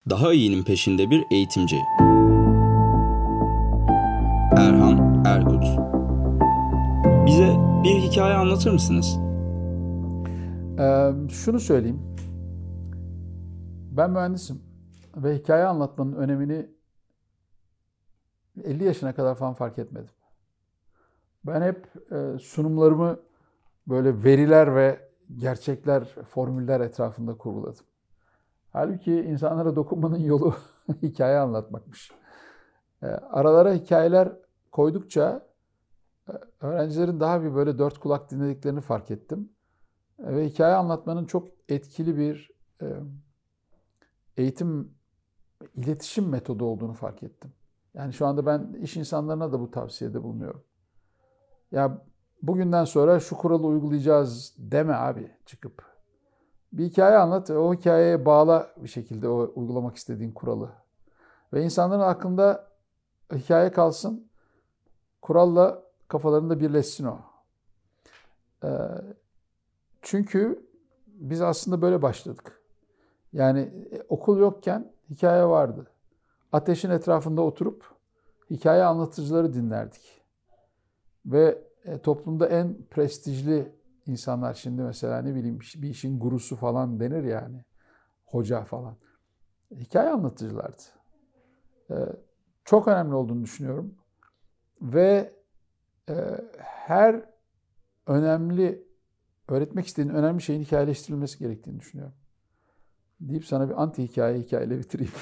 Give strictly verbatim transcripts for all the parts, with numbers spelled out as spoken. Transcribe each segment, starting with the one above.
daha iyinin peşinde bir eğitimci. Erhan Erkut. Bize bir hikaye anlatır mısınız? Ee, şunu söyleyeyim. Ben mühendisim ve hikaye anlatmanın önemini elli yaşına kadar falan fark etmedim. Ben hep e, sunumlarımı böyle veriler ve gerçekler, formüller etrafında kurguladım. Halbuki insanlara dokunmanın yolu hikaye anlatmakmış. E, aralara hikayeler koydukça e, öğrencilerin daha bir böyle dört kulak dinlediklerini fark ettim. E, ve hikaye anlatmanın çok etkili bir e, eğitim, iletişim metodu olduğunu fark ettim. Yani şu anda ben iş insanlarına da bu tavsiyede bulunuyorum. Ya bugünden sonra şu kuralı uygulayacağız deme abi çıkıp. Bir hikaye anlat ve o hikayeye bağla bir şekilde o uygulamak istediğin kuralı. Ve insanların aklında hikaye kalsın, kuralla kafalarında birleşsin o. Ee, çünkü biz aslında böyle başladık. Yani e, okul yokken hikaye vardı. Ateşin etrafında oturup hikaye anlatıcıları dinlerdik. Ve e, toplumda en prestijli insanlar şimdi mesela ne bileyim bir işin gurusu falan denir yani. Hoca falan. Hikaye anlatıcılardı. E, çok önemli olduğunu düşünüyorum. Ve e, her önemli, öğretmek istediğin önemli şeyin hikayeleştirilmesi gerektiğini düşünüyorum. Deyip sana bir anti hikaye hikayeyle bitireyim.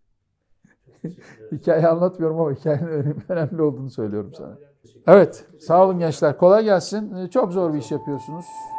Hikaye anlatmıyorum ama hikayenin önemli, önemli olduğunu söylüyorum sana. Evet, sağ olun gençler. Kolay gelsin. Çok zor bir iş yapıyorsunuz.